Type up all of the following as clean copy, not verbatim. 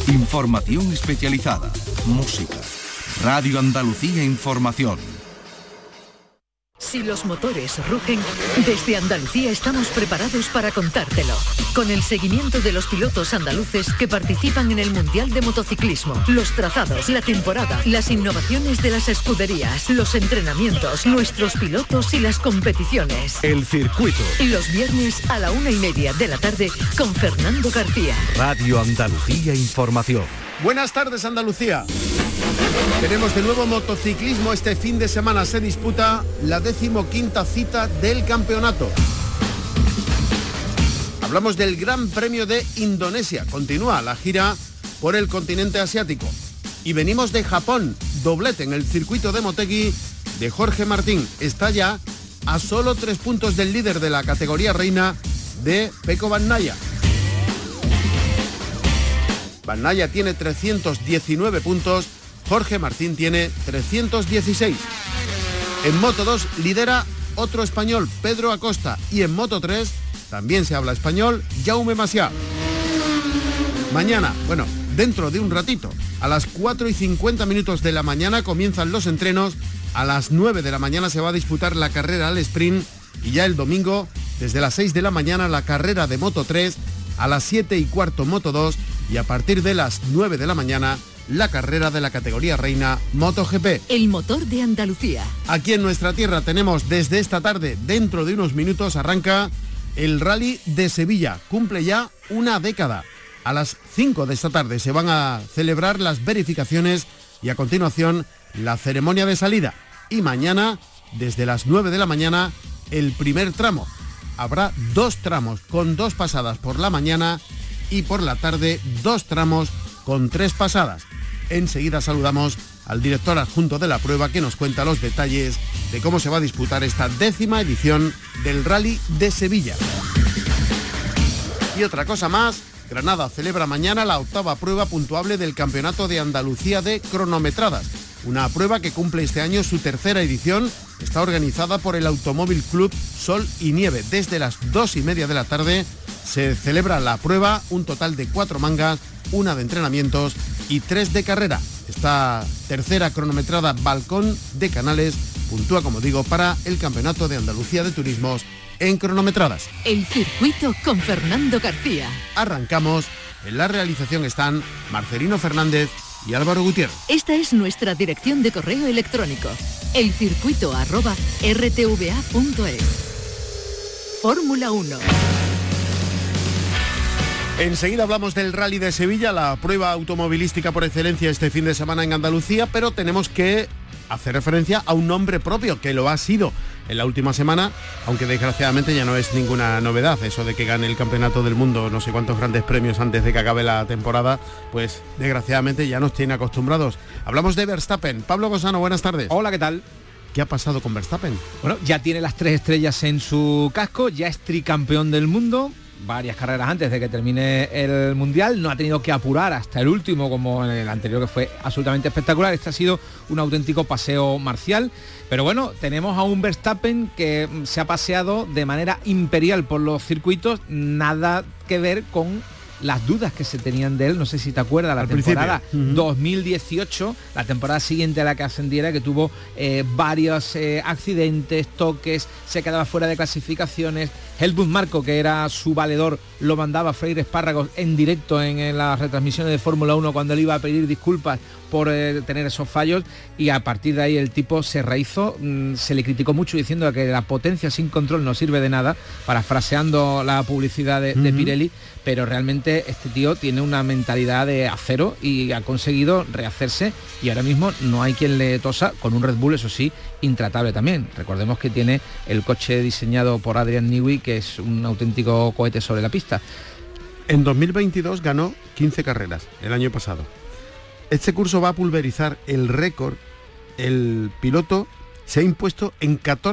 Información especializada, música. Radio Andalucía Información. Si los motores rugen, desde Andalucía estamos preparados para contártelo. Con el seguimiento de los pilotos andaluces que participan en el Mundial de Motociclismo, los trazados, la temporada, las innovaciones de las escuderías, los entrenamientos, nuestros pilotos y las competiciones. El circuito. Los viernes a la 1:30 de la tarde con Fernando García. Radio Andalucía Información. Buenas tardes, Andalucía. Tenemos de nuevo motociclismo. Este fin de semana se disputa la 15ª cita del campeonato. Hablamos del Gran Premio de Indonesia. Continúa la gira por el continente asiático. Y venimos de Japón. Doblete en el circuito de Motegi de Jorge Martín. Está ya a solo 3 puntos del líder de la categoría reina, de Pecco Bagnaia. Bagnaia tiene 319 puntos, Jorge Martín tiene 316. En Moto 2 lidera otro español, Pedro Acosta, y en Moto 3 también se habla español, Jaume Massià. Mañana, dentro de un ratito, a las 4:50 de la mañana comienzan los entrenos, a las 9 de la mañana se va a disputar la carrera al sprint y ya el domingo, desde las 6 de la mañana, la carrera de Moto 3, a las 7:15 Moto 2 y a partir de las 9 de la mañana la carrera de la categoría reina MotoGP. El motor de Andalucía. Aquí en nuestra tierra tenemos desde esta tarde, dentro de unos minutos, arranca el Rally de Sevilla. Cumple ya una década. A las 5 de esta tarde se van a celebrar las verificaciones y a continuación la ceremonia de salida. Y mañana, desde las 9 de la mañana, el primer tramo. Habrá 2 tramos con 2 pasadas por la mañana y por la tarde 2 tramos con 3 pasadas. Enseguida saludamos al director adjunto de la prueba que nos cuenta los detalles de cómo se va a disputar esta 10ª edición del Rally de Sevilla. Y otra cosa más, Granada celebra mañana la 8ª prueba puntuable del Campeonato de Andalucía de cronometradas. Una prueba que cumple este año su 3ª edición. Está organizada por el Automóvil Club Sol y Nieve. Desde las 2:30 de la tarde se celebra la prueba, un total de 4 mangas, 1 de entrenamientos y 3 de carrera. Esta 3ª cronometrada Balcón de Canales puntúa, como digo, para el Campeonato de Andalucía de Turismos en cronometradas. El circuito con Fernando García. Arrancamos. En la realización están Marcelino Fernández y Álvaro Gutiérrez. Esta es nuestra dirección de correo electrónico, elcircuito@rtva.es. Fórmula 1. Enseguida hablamos del Rally de Sevilla, la prueba automovilística por excelencia este fin de semana en Andalucía, pero tenemos que hacer referencia a un nombre propio que lo ha sido en la última semana, aunque desgraciadamente ya no es ninguna novedad. Eso de que gane el campeonato del mundo, no sé cuántos grandes premios antes de que acabe la temporada, pues desgraciadamente ya nos tiene acostumbrados. Hablamos de Verstappen. Pablo Gosano, buenas tardes. Hola, ¿qué tal? ¿Qué ha pasado con Verstappen? Bueno, ya tiene las 3 estrellas en su casco, ya es tricampeón del mundo, varias carreras antes de que termine el Mundial, no ha tenido que apurar hasta el último como en el anterior, que fue absolutamente espectacular. Este ha sido un auténtico paseo marcial, pero bueno, tenemos a un Verstappen que se ha paseado de manera imperial por los circuitos, nada que ver con las dudas que se tenían de él. No sé si te acuerdas, la temporada 2018, la temporada siguiente a la que ascendiera, que tuvo varios accidentes, toques, se quedaba fuera de clasificaciones. Helmut Marko, que era su valedor, lo mandaba a freír espárragos en directo en las retransmisiones de Fórmula 1 cuando él iba a pedir disculpas por tener esos fallos, y a partir de ahí el tipo se rehizó. Se le criticó mucho diciendo que la potencia sin control no sirve de nada, parafraseando la publicidad de Pirelli, pero realmente este tío tiene una mentalidad de acero y ha conseguido rehacerse, y ahora mismo no hay quien le tosa, con un Red Bull, eso sí, intratable también. Recordemos que tiene el coche diseñado por Adrian Newey, que es un auténtico cohete sobre la pista. En 2022 ganó 15 carreras, el año pasado. Este curso va a pulverizar el récord. El piloto se ha impuesto en 14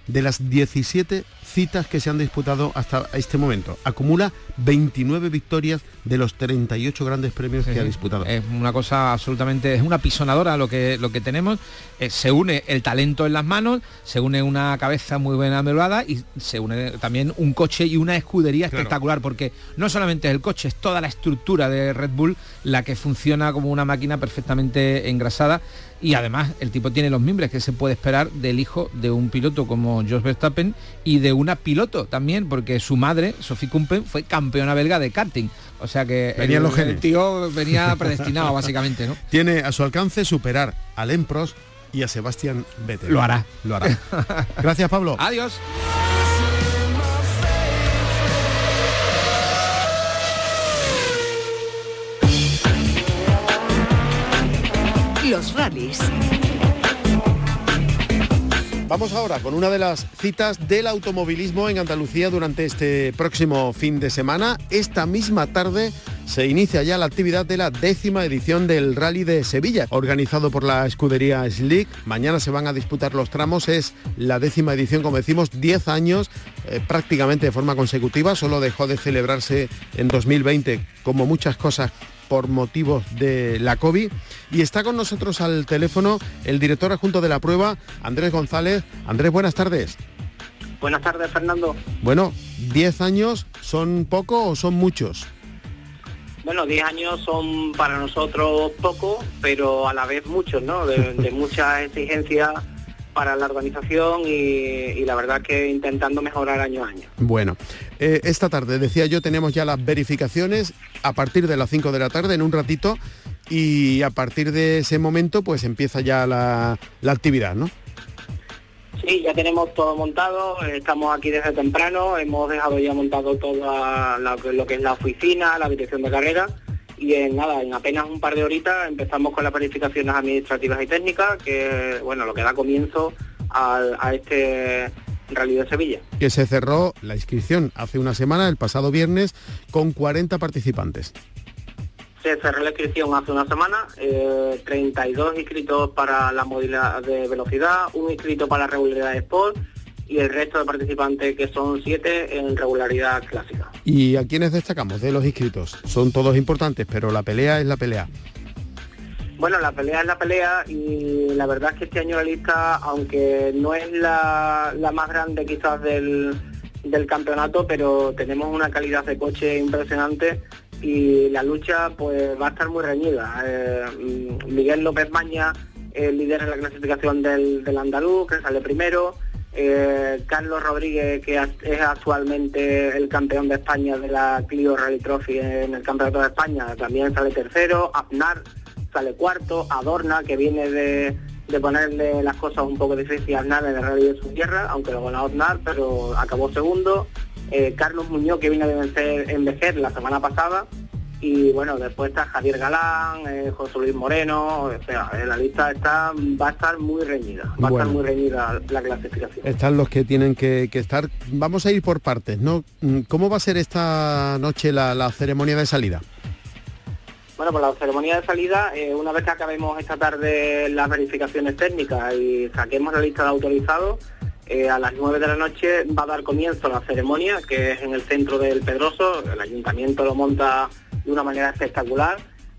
de las 17 citas que se han disputado hasta este momento. Acumula 29 victorias de los 38 grandes premios que ha disputado. Es una cosa absolutamente, es una pisonadora lo que tenemos. Se une el talento en las manos, se une una cabeza muy bien amelada y se une también un coche y una escudería espectacular, porque no solamente es el coche, es toda la estructura de Red Bull la que funciona como una máquina perfectamente engrasada. Y además el tipo tiene los mimbres que se puede esperar del hijo de un piloto como Jos Verstappen y de una piloto también, porque su madre, Sophie Kumpen, fue campeona belga de karting. O sea que el tío venía predestinado básicamente, ¿no? Tiene a su alcance superar a Alain Prost y a Sebastian Vettel. Lo hará. Gracias, Pablo. Adiós. Los rallies. Vamos ahora con una de las citas del automovilismo en Andalucía durante este próximo fin de semana. Esta misma tarde se inicia ya la actividad de la 10ª edición del Rally de Sevilla, organizado por la escudería Slick. Mañana se van a disputar los tramos, es la 10ª edición, como decimos, 10 años prácticamente de forma consecutiva. Solo dejó de celebrarse en 2020, como muchas cosas, por motivos de la COVID. Y está con nosotros al teléfono el director adjunto de la prueba, Andrés González. Andrés, buenas tardes. Buenas tardes, Fernando. Bueno, 10 años, ¿son poco o son muchos? Bueno, 10 años son para nosotros poco, pero a la vez muchos, ¿no? De muchas exigencias para la organización y la verdad que intentando mejorar año a año. Bueno, esta tarde, decía yo, tenemos ya las verificaciones a partir de las 5 de la tarde, en un ratito, y a partir de ese momento pues empieza ya la actividad, ¿no? Sí, ya tenemos todo montado, estamos aquí desde temprano, hemos dejado ya montado todo lo que es la oficina, la dirección de carrera, y en apenas un par de horitas empezamos con las verificaciones administrativas y técnicas, que bueno, lo que da comienzo a este Rally de Sevilla. Que se cerró la inscripción hace una semana, el pasado viernes, con 40 participantes. Se cerró la inscripción hace una semana, 32 inscritos para la modalidad de velocidad, un inscrito para la regularidad de Sport y el resto de participantes, que son 7 en regularidad clásica. ¿Y a quiénes destacamos de los inscritos? Son todos importantes, pero la pelea es la pelea. Bueno, la pelea es la pelea y la verdad es que este año la lista, aunque no es la más grande quizás del campeonato, pero tenemos una calidad de coche impresionante y la lucha pues va a estar muy reñida. Miguel López Maña lidera la clasificación del andaluz, que sale primero. Carlos Rodríguez, que es actualmente el campeón de España de la Clio Rally Trophy en el Campeonato de España, también sale tercero. Aznar sale cuarto. Adorna, que viene de ponerle las cosas un poco difíciles a Aznar en el Rally de su tierra, aunque lo ganó Aznar, pero acabó segundo. Carlos Muñoz, que vino en Vejer la semana pasada. Y bueno, después está Javier Galán, José Luis Moreno. O sea, la lista va a estar muy reñida. Va a estar muy reñida la clasificación. Están los que tienen que estar. Vamos a ir por partes, ¿no? ¿Cómo va a ser esta noche la ceremonia de salida? Bueno, pues la ceremonia de salida, una vez que acabemos esta tarde las verificaciones técnicas y saquemos la lista de autorizados, a las 9 de la noche va a dar comienzo la ceremonia, que es en el centro del Pedroso. El ayuntamiento lo monta de una manera espectacular,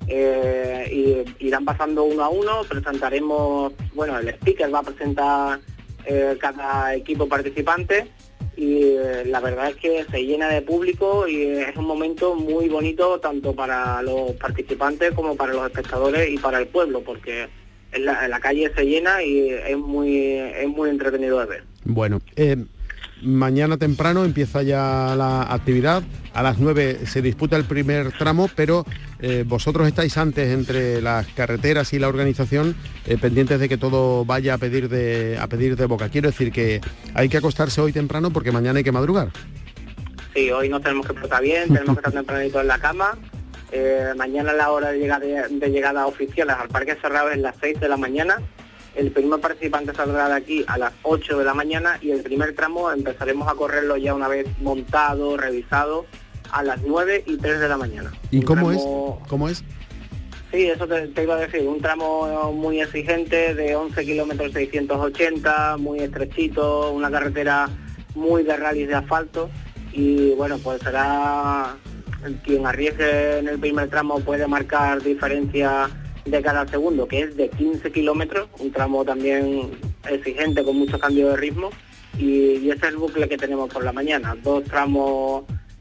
y irán pasando uno a uno. Presentaremos, bueno, el speaker va a presentar cada equipo participante y la verdad es que se llena de público y es un momento muy bonito tanto para los participantes como para los espectadores y para el pueblo, porque en la calle se llena y es muy entretenido de ver. Bueno, mañana temprano empieza ya la actividad, a las 9 se disputa el primer tramo, pero vosotros estáis antes entre las carreteras y la organización, pendientes de que todo vaya a pedir de boca. Quiero decir que hay que acostarse hoy temprano porque mañana hay que madrugar. Sí, hoy nos tenemos que portar bien, tenemos que estar tempranito en la cama. Mañana la hora de llegada oficiales al Parque Cerrado es las 6 de la mañana. El primer participante saldrá de aquí a las 8 de la mañana y el primer tramo empezaremos a correrlo ya una vez montado, revisado, a las 9 y 3 de la mañana. ¿Y cómo es? Sí, eso te iba a decir, un tramo muy exigente de 11 kilómetros 680, muy estrechito, una carretera muy de rally de asfalto y bueno, pues será quien arriesgue en el primer tramo puede marcar diferencia de cada segundo, que es de 15 kilómetros, un tramo también exigente con muchos cambios de ritmo y ese es el bucle que tenemos por la mañana, dos tramos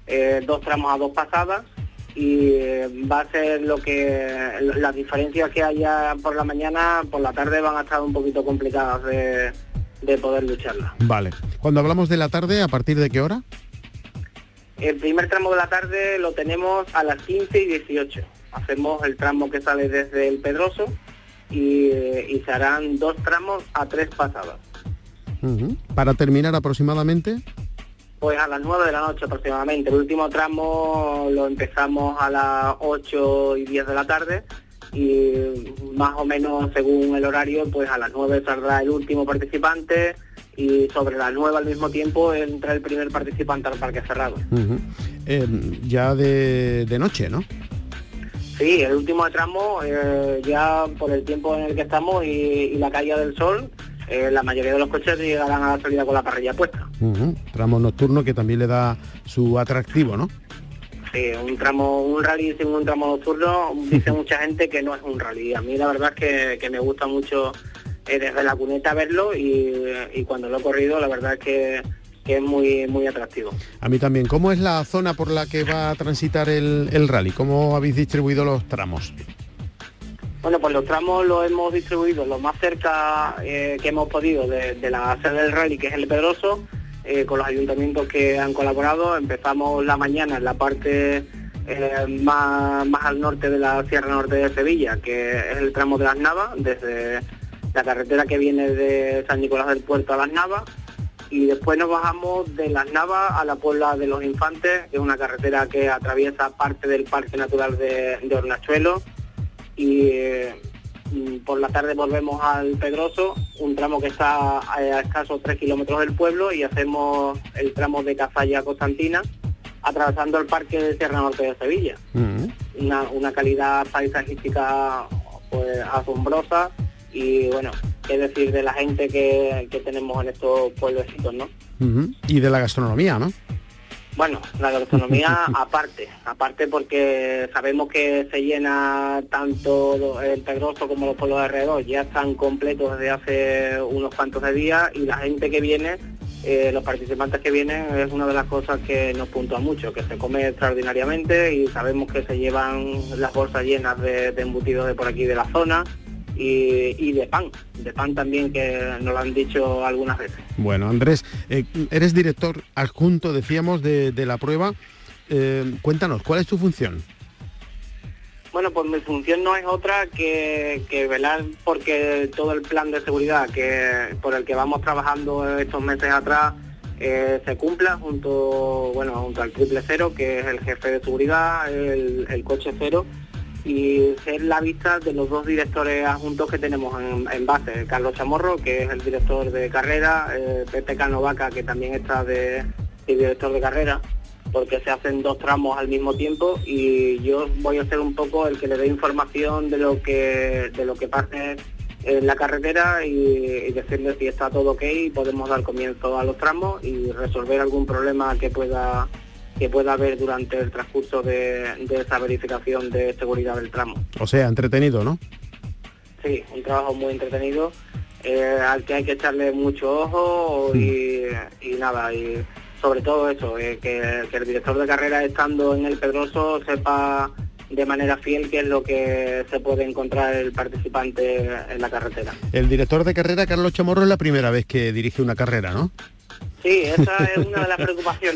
a 2 pasadas. Y va a ser lo que las diferencias que haya por la mañana, por la tarde van a estar un poquito complicadas de poder lucharlas. Vale. Cuando hablamos de la tarde, ¿a partir de qué hora? El primer tramo de la tarde lo tenemos a las 15 y 18. Hacemos el tramo que sale desde el Pedroso y se harán 2 tramos a 3 pasadas. Para terminar aproximadamente... Pues a las 9 de la noche aproximadamente. El último tramo lo empezamos a las 8 y 10 de la tarde y más o menos según el horario, pues a las 9 saldrá el último participante y sobre las 9 al mismo tiempo entra el primer participante al parque cerrado. Ya de noche, ¿no? Sí, el último tramo, ya por el tiempo en el que estamos y la caída del sol, la mayoría de los coches llegarán a la salida con la parrilla puesta. Tramo nocturno que también le da su atractivo, ¿no? Sí, un rally sin un tramo nocturno, dice mucha gente que no es un rally. A mí la verdad es que me gusta mucho desde la cuneta verlo y cuando lo he corrido la verdad es que es muy muy atractivo. A mí también. ¿Cómo es la zona por la que va a transitar el rally? ¿Cómo habéis distribuido los tramos? Bueno, pues los tramos los hemos distribuido lo más cerca que hemos podido de la sede del rally, que es el Pedroso, con los ayuntamientos que han colaborado. Empezamos la mañana en la parte más al norte de la Sierra Norte de Sevilla, que es el tramo de Las Navas, desde la carretera que viene de San Nicolás del Puerto a Las Navas, y después nos bajamos de Las Navas a la Puebla de los Infantes, que es una carretera que atraviesa parte del Parque Natural de Hornachuelos, y por la tarde volvemos al Pedroso, un tramo que está a escasos 3 kilómetros del pueblo, y hacemos el tramo de Cazalla a Constantina, atravesando el Parque de Sierra Norte de Sevilla. Una calidad paisajística pues asombrosa, y bueno, qué decir de la gente que tenemos en estos pueblecitos, ¿no? Y de la gastronomía, ¿no? Bueno, la gastronomía aparte porque sabemos que se llena tanto el Pedroso como los pueblos de alrededor, ya están completos desde hace unos cuantos de días, y la gente que viene, los participantes que vienen, es una de las cosas que nos puntúa mucho, que se come extraordinariamente, y sabemos que se llevan las bolsas llenas de embutidos de por aquí de la zona, y de pan también, que nos lo han dicho algunas veces. Bueno, Andrés, eres director adjunto, decíamos, de la prueba. Cuéntanos, ¿cuál es tu función? Bueno, pues mi función no es otra que velar porque todo el plan de seguridad por el que vamos trabajando estos meses atrás se cumpla junto al Triple Cero, que es el jefe de seguridad, el coche cero, y ser la vista de los 2 directores adjuntos que tenemos en base, Carlos Chamorro, que es el director de carrera, Pepe Cano Vaca, que también está de director de carrera, porque se hacen 2 tramos al mismo tiempo, y yo voy a ser un poco el que le dé información de lo que pase en la carretera y decirle si está todo ok y podemos dar comienzo a los tramos y resolver algún problema que pueda haber durante el transcurso de esa verificación de seguridad del tramo. O sea, entretenido, ¿no? Sí, un trabajo muy entretenido, al que hay que echarle mucho ojo y sobre todo eso, que el director de carrera, estando en el Pedroso, sepa de manera fiel qué es lo que se puede encontrar el participante en la carretera. El director de carrera, Carlos Chamorro, es la primera vez que dirige una carrera, ¿no? Sí, esa es una de las preocupaciones,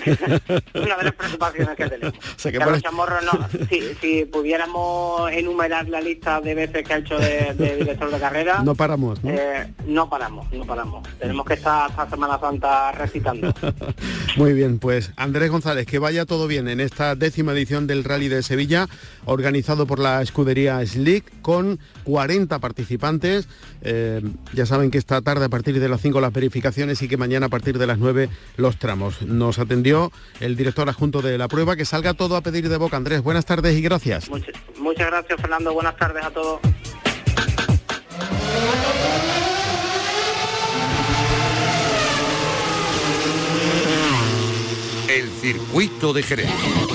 que tenemos. O sea, que Carlos Chamorro, no, si pudiéramos enumerar la lista de veces que ha hecho de director de carrera... No paramos, ¿no? No paramos. Tenemos que estar hasta Semana Santa recitando. Muy bien, pues Andrés González, que vaya todo bien en esta 10ª edición del Rally de Sevilla, organizado por la escudería Slick, con 40 participantes. Ya saben que esta tarde a partir de las 5 las verificaciones, y que mañana a partir de las 9 19 los tramos. Nos atendió el director adjunto de la prueba. Que salga todo a pedir de boca. Andrés, buenas tardes y gracias. Muchas gracias, Fernando. Buenas tardes a todos. El circuito de Jerez.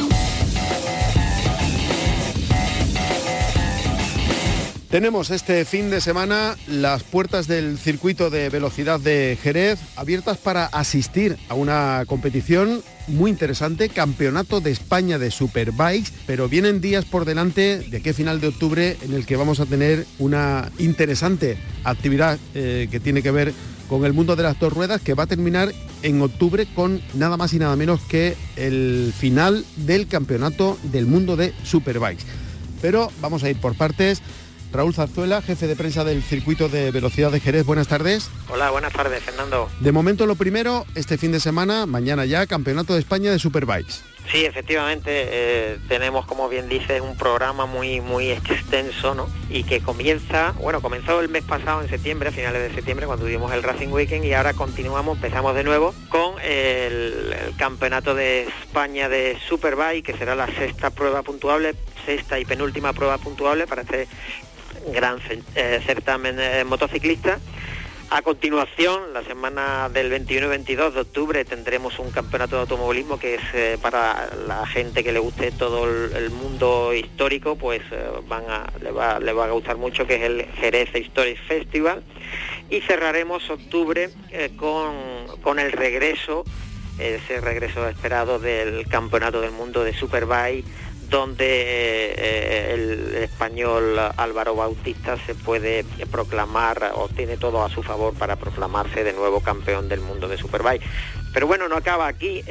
Tenemos este fin de semana las puertas del circuito de velocidad de Jerez abiertas para asistir a una competición muy interesante, Campeonato de España de Superbikes, pero vienen días por delante de aquí a final de octubre en el que vamos a tener una interesante actividad que tiene que ver con el mundo de las dos ruedas, que va a terminar en octubre con nada más y nada menos que el final del Campeonato del Mundo de Superbikes. Pero vamos a ir por partes. Raúl Zarzuela, jefe de prensa del circuito de velocidad de Jerez, buenas tardes. Hola, buenas tardes, Fernando. De momento lo primero, este fin de semana, mañana ya, Campeonato de España de Superbikes. Sí, efectivamente, tenemos, como bien dices, un programa muy extenso, ¿no? Y que comenzó el mes pasado, en septiembre, a finales de septiembre, cuando tuvimos el Racing Weekend, y ahora empezamos de nuevo con el Campeonato de España de Superbike, que será la sexta y penúltima prueba puntuable para este gran certamen motociclista. A continuación, la semana del 21 y 22 de octubre tendremos un campeonato de automovilismo que es para la gente que le guste todo el mundo histórico, pues le va a gustar mucho, que es el Jerez Historic Festival. Y cerraremos octubre con el regreso, ese regreso esperado del Campeonato del Mundo de Superbike, donde el español Álvaro Bautista se puede proclamar, o tiene todo a su favor para proclamarse de nuevo campeón del mundo de Superbike. Pero bueno, no acaba aquí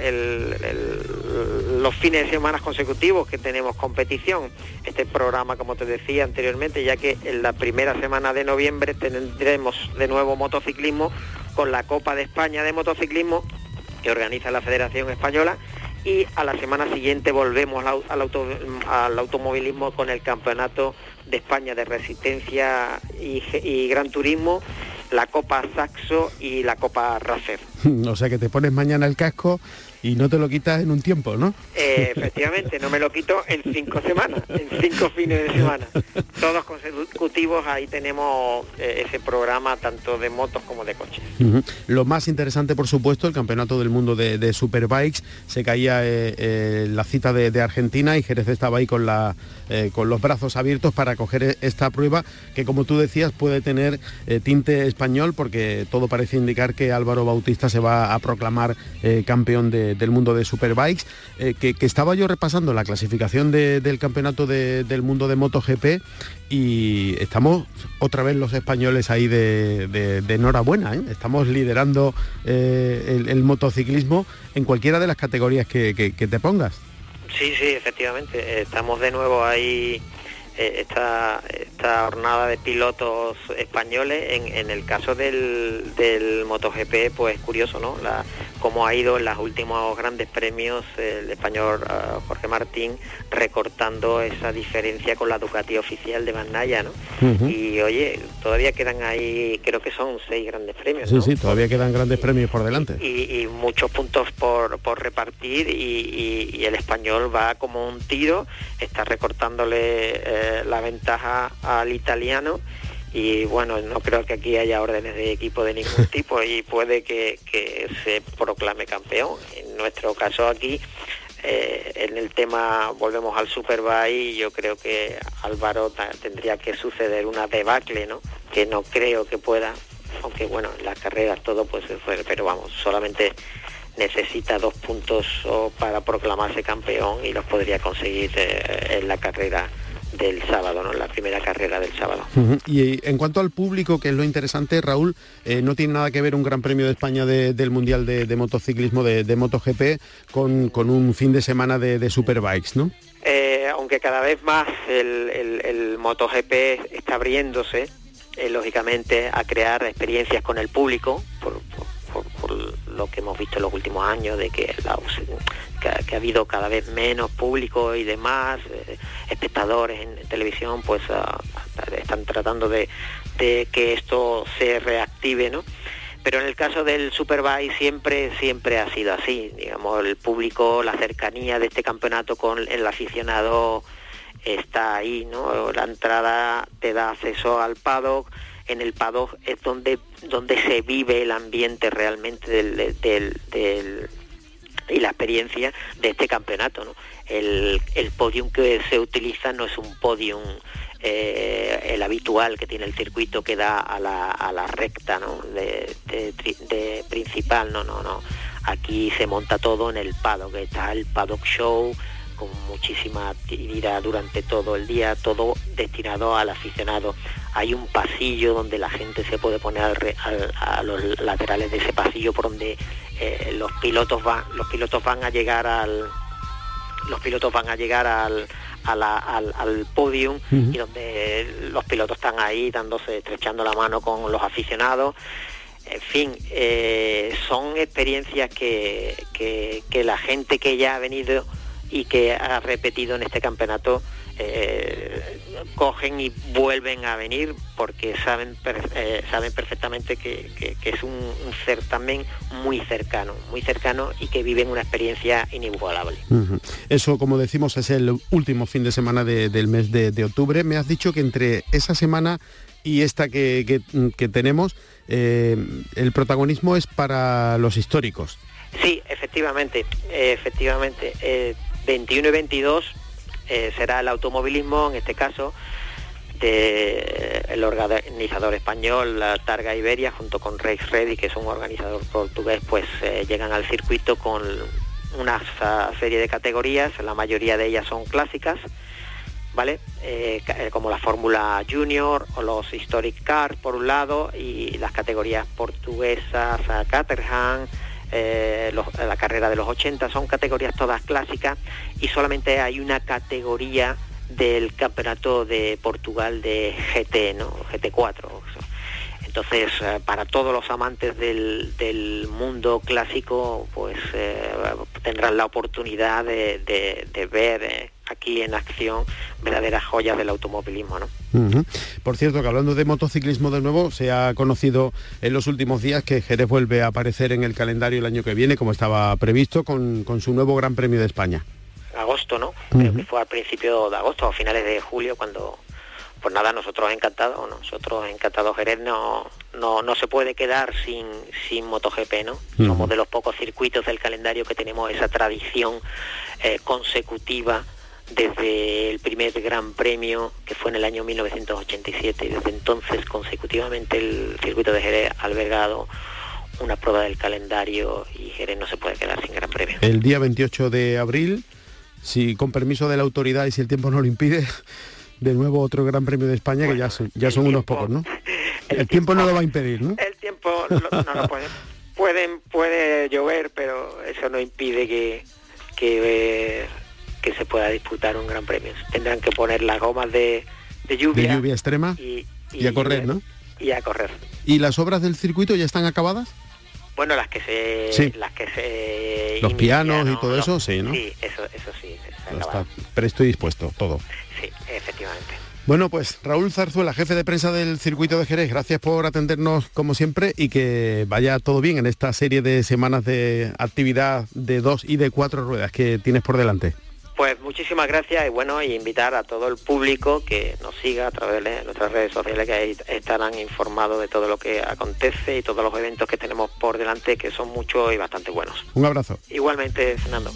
los fines de semana consecutivos que tenemos competición. Este programa, como te decía anteriormente, ya que en la primera semana de noviembre tendremos de nuevo motociclismo con la Copa de España de Motociclismo que organiza la Federación Española, y a la semana siguiente volvemos al automovilismo con el Campeonato de España de Resistencia y Gran Turismo, la Copa Saxo y la Copa Racer. O sea que te pones mañana el casco y no te lo quitas en un tiempo, ¿no? Efectivamente, no me lo quito en 5 semanas, en 5 fines de semana. Todos consecutivos, ahí tenemos ese programa tanto de motos como de coches. Uh-huh. Lo más interesante, por supuesto, el Campeonato del Mundo de Superbikes. Se caía la cita de Argentina y Jerez estaba ahí con los brazos abiertos para coger esta prueba que, como tú decías, puede tener tinte español, porque todo parece indicar que Álvaro Bautista se va a proclamar campeón del mundo de Superbikes, que estaba yo repasando la clasificación del campeonato del mundo de MotoGP y estamos otra vez los españoles ahí de enhorabuena, ¿eh? Estamos liderando el motociclismo en cualquiera de las categorías que te pongas. Sí, efectivamente, estamos de nuevo ahí. Esta jornada de pilotos españoles. En el caso del MotoGP, pues curioso, ¿no? Cómo ha ido en los últimos grandes premios el español Jorge Martín, recortando esa diferencia con la Ducati oficial de Bagnaia, ¿no? Uh-huh. Y oye, todavía quedan ahí, creo que son 6 grandes premios, ¿no? Sí, todavía quedan grandes premios por delante. Y muchos puntos por repartir, y el español va como un tiro, está recortándole la ventaja al italiano, y bueno, no creo que aquí haya órdenes de equipo de ningún tipo, y puede que se proclame campeón. En nuestro caso aquí, en el tema, volvemos al Superbike, yo creo que Álvaro tendría que suceder una debacle, ¿no? Que no creo que pueda, aunque bueno, en las carreras todo puede ser, pero vamos, solamente necesita 2 puntos para proclamarse campeón, y los podría conseguir en la carrera del sábado, ¿no? La primera carrera del sábado. Uh-huh. Y en cuanto al público, que es lo interesante, Raúl, no tiene nada que ver un Gran Premio de España del Mundial de Motociclismo de MotoGP con un fin de semana de Superbikes, ¿no? Aunque cada vez más el MotoGP está abriéndose, lógicamente, a crear experiencias con el público, por lo que hemos visto en los últimos años, de que ha habido cada vez menos público y demás, espectadores en televisión, pues están tratando de que esto se reactive, ¿no? Pero en el caso del Superbike siempre ha sido así, digamos, el público, la cercanía de este campeonato con el aficionado está ahí, ¿no? La entrada te da acceso al paddock, en el paddock es donde se vive el ambiente realmente y la experiencia de este campeonato, ¿no? El podium que se utiliza no es un podium el habitual que tiene el circuito, que da a la recta, ¿no? de principal, no. Aquí se monta todo en el paddock, que está el paddock show con muchísima actividad durante todo el día, todo destinado al aficionado. Hay un pasillo donde la gente se puede poner a los laterales de ese pasillo, por donde los pilotos van a llegar al podium, y donde los pilotos están ahí estrechando la mano con los aficionados. En fin, son experiencias que la gente que ya ha venido y que ha repetido en este campeonato cogen y vuelven a venir, porque saben perfectamente que es un certamen muy cercano y que viven una experiencia inigualable. Eso, como decimos, es el último fin de semana del mes de octubre. Me has dicho que entre esa semana y esta que tenemos, el protagonismo es para los históricos. Sí, efectivamente. 21 y 22 será el automovilismo, en este caso, el organizador español, la Targa Iberia, junto con Race Ready, que es un organizador portugués, pues llegan al circuito con una serie de categorías. La mayoría de ellas son clásicas, ¿vale? Como la Fórmula Junior o los Historic Cars por un lado, y las categorías portuguesas, Caterham, la carrera de los 80, son categorías todas clásicas, y solamente hay una categoría del campeonato de Portugal de GT, ¿no? GT4. Entonces, para todos los amantes del mundo clásico, pues tendrán la oportunidad de ver aquí en acción verdaderas joyas del automovilismo, ¿no? Por cierto, que hablando de motociclismo de nuevo, se ha conocido en los últimos días que Jerez vuelve a aparecer en el calendario el año que viene, como estaba previsto, con su nuevo Gran Premio de España. Agosto, ¿no? Creo que fue al principio de agosto, a finales de julio, cuando... Pues nada, nosotros encantados Jerez no se puede quedar sin MotoGP, ¿no? Somos de los pocos circuitos del calendario que tenemos esa tradición consecutiva desde el primer Gran Premio, que fue en el año 1987, y desde entonces consecutivamente el circuito de Jerez ha albergado una prueba del calendario, y Jerez no se puede quedar sin Gran Premio. El día 28 de abril, si con permiso de la autoridad y si el tiempo no lo impide, de nuevo otro Gran Premio de España, bueno, que ya son unos pocos, ¿no? El tiempo no lo va a impedir, ¿no? El tiempo no lo puede. Puede llover, pero eso no impide que se pueda disputar un Gran Premio. Tendrán que poner las gomas de lluvia. De lluvia extrema y a correr, ¿no? Y a correr. ¿Y las obras del circuito ya están acabadas? Bueno, las que se los pianos y todo eso, sí, ¿no? Sí, eso sí. Está presto y dispuesto, todo. Sí, efectivamente. Bueno, pues Raúl Zarzuela, jefe de prensa del circuito de Jerez, gracias por atendernos como siempre, y que vaya todo bien en esta serie de semanas de actividad de 2 y de 4 ruedas que tienes por delante. Pues muchísimas gracias, y bueno, y invitar a todo el público que nos siga a través de nuestras redes sociales, que ahí estarán informados de todo lo que acontece y todos los eventos que tenemos por delante, que son muchos y bastante buenos. Un abrazo. Igualmente, Fernando.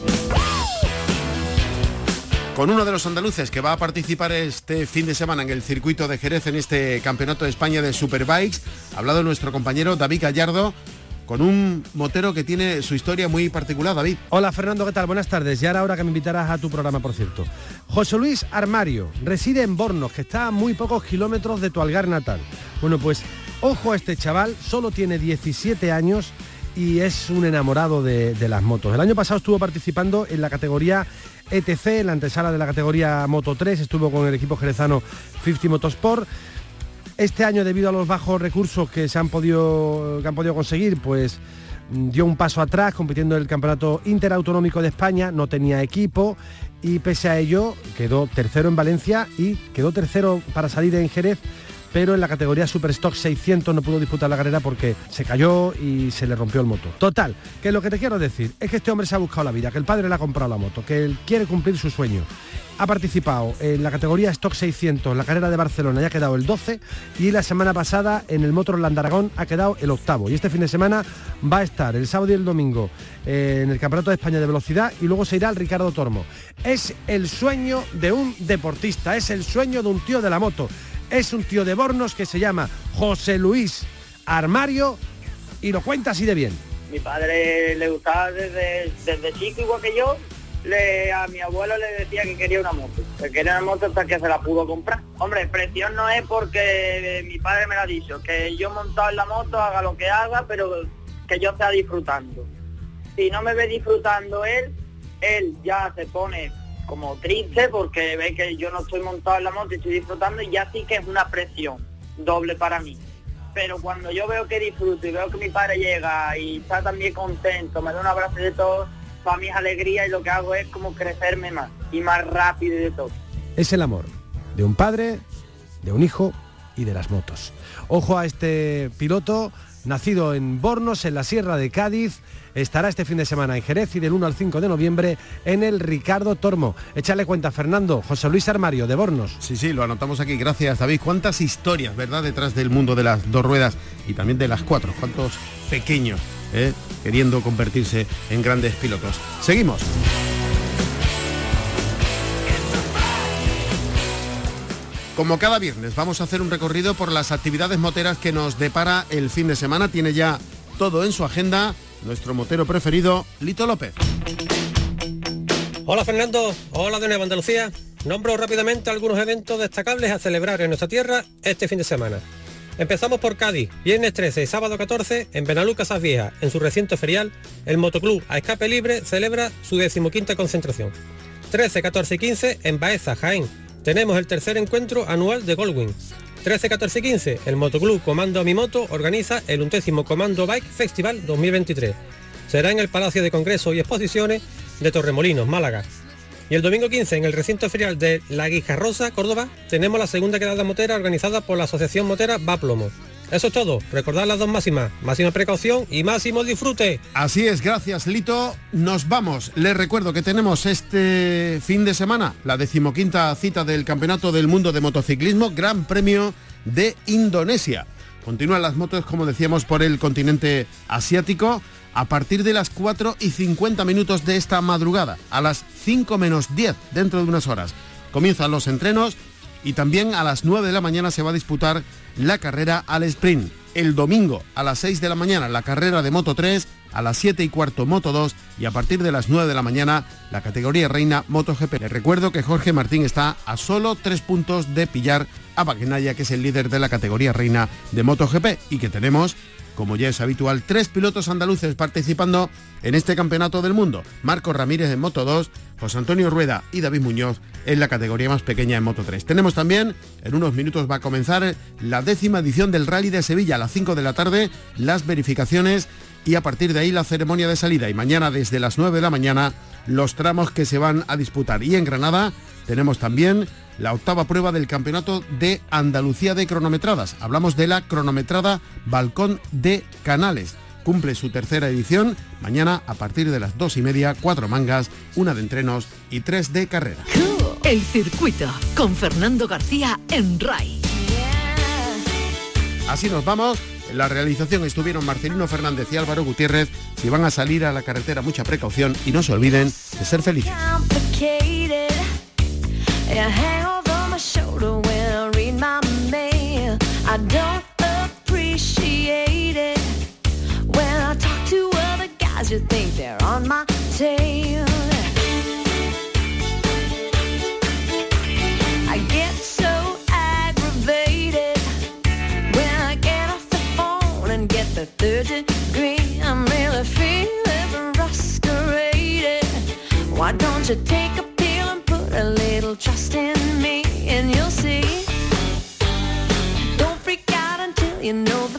Con uno de los andaluces que va a participar este fin de semana en el circuito de Jerez, en este Campeonato de España de Superbikes, ha hablado nuestro compañero David Gallardo, con un motero que tiene su historia muy particular. David. Hola Fernando, ¿qué tal? Buenas tardes. Ya era hora que me invitaras a tu programa, por cierto. José Luis Armario reside en Bornos, que está a muy pocos kilómetros de tu Algar natal. Bueno, pues ojo a este chaval, solo tiene 17 años y es un enamorado de las motos. El año pasado estuvo participando en la categoría ETC, en la antesala de la categoría Moto 3, estuvo con el equipo jerezano 50 Motorsport. Este año, debido a los bajos recursos que han podido conseguir, pues dio un paso atrás compitiendo en el Campeonato Interautonómico de España, no tenía equipo y pese a ello quedó tercero en Valencia y quedó tercero para salir en Jerez pero en la categoría Super Stock 600 no pudo disputar la carrera porque se cayó y se le rompió el motor. Total, que lo que te quiero decir es que este hombre se ha buscado la vida, que el padre le ha comprado la moto, que él quiere cumplir su sueño. Ha participado en la categoría Stock 600, la carrera de Barcelona, y ha quedado el 12, y la semana pasada en el Motorland de Aragón ha quedado el 8º. Y este fin de semana va a estar el sábado y el domingo en el Campeonato de España de Velocidad, y luego se irá al Ricardo Tormo. Es el sueño de un deportista, es el sueño de un tío de la moto. Es un tío de Bornos que se llama José Luis Armario y lo cuenta así de bien. Mi padre le gustaba desde chico, igual que yo. A mi abuelo le decía que quería una moto. Que quería una moto hasta que se la pudo comprar. Hombre, presión no es porque mi padre me lo ha dicho, que yo montado en la moto haga lo que haga, pero que yo esté disfrutando. Si no me ve disfrutando él ya se pone como triste porque ve que yo no estoy montado en la moto y estoy disfrutando, y ya sí que es una presión doble para mí. Pero cuando yo veo que disfruto y veo que mi padre llega y está también contento, me da un abrazo y de todo, para mí es alegría, y lo que hago es como crecerme más y más rápido y de todo. Es el amor de un padre, de un hijo y de las motos. Ojo a este piloto, nacido en Bornos, en la Sierra de Cádiz. Estará este fin de semana en Jerez y del 1 al 5 de noviembre en el Ricardo Tormo. Échale cuenta, Fernando. José Luis Armario, de Bornos. Sí, lo anotamos aquí. Gracias, David. Cuántas historias, ¿verdad?, detrás del mundo de las dos ruedas y también de las cuatro. Cuántos pequeños, queriendo convertirse en grandes pilotos. Seguimos. Como cada viernes, vamos a hacer un recorrido por las actividades moteras que nos depara el fin de semana. Tiene ya todo en su agenda nuestro motero preferido, Lito López. Hola Fernando, hola de Nueva Andalucía. Nombro rápidamente algunos eventos destacables a celebrar en nuestra tierra este fin de semana. Empezamos por Cádiz, viernes 13 y sábado 14, en Benalú Casas Viejas, en su recinto ferial, el Motoclub a Escape Libre celebra su 15ª concentración. 13, 14 y 15, en Baeza, Jaén, tenemos el tercer encuentro anual de Goldwing. 13, 14 y 15, el Motoclub Comando a mi Moto organiza el 11º Comando Bike Festival 2023. Será en el Palacio de Congresos y Exposiciones de Torremolinos, Málaga. Y el domingo 15, en el recinto ferial de La Guijarrosa, Córdoba, tenemos la segunda quedada motera organizada por la Asociación Motera Baplomo. Eso es todo, recordad las dos máximas, máxima precaución y máximo disfrute. Así es, gracias Lito, nos vamos. Les recuerdo que tenemos este fin de semana la 15ª cita del Campeonato del Mundo de Motociclismo, Gran Premio de Indonesia. Continúan las motos, como decíamos, por el continente asiático a partir de las 4:50 de esta madrugada, a las 5 menos 10, dentro de unas horas. Comienzan los entrenos y también a las 9 de la mañana se va a disputar la carrera al sprint. El domingo a las 6 de la mañana la carrera de Moto 3, a las 7:15 Moto 2 y a partir de las 9 de la mañana la categoría reina MotoGP. Les recuerdo que Jorge Martín está a solo 3 puntos de pillar a Bagnaia, que es el líder de la categoría reina de MotoGP, y que tenemos, como ya es habitual, 3 pilotos andaluces participando en este campeonato del mundo. Marcos Ramírez en Moto 2, José Antonio Rueda y David Muñoz en la categoría más pequeña en Moto 3. Tenemos también, en unos minutos va a comenzar la 10ª edición del Rally de Sevilla, a las 5 de la tarde, las verificaciones y a partir de ahí la ceremonia de salida. Y mañana desde las 9 de la mañana los tramos que se van a disputar. Y en Granada tenemos también la 8ª prueba del Campeonato de Andalucía de cronometradas. Hablamos de la cronometrada Balcón de Canales. Cumple su 3ª edición. Mañana a partir de las 2:30, 4 mangas, 1 de entrenos y 3 de carrera. El circuito con Fernando García en RAI. Así nos vamos. En la realización estuvieron Marcelino Fernández y Álvaro Gutiérrez. Si van a salir a la carretera, mucha precaución y no se olviden de ser felices. The third degree, I'm really feeling frustrated. Why don't you take a pill and put a little trust in me, and you'll see. Don't freak out until you know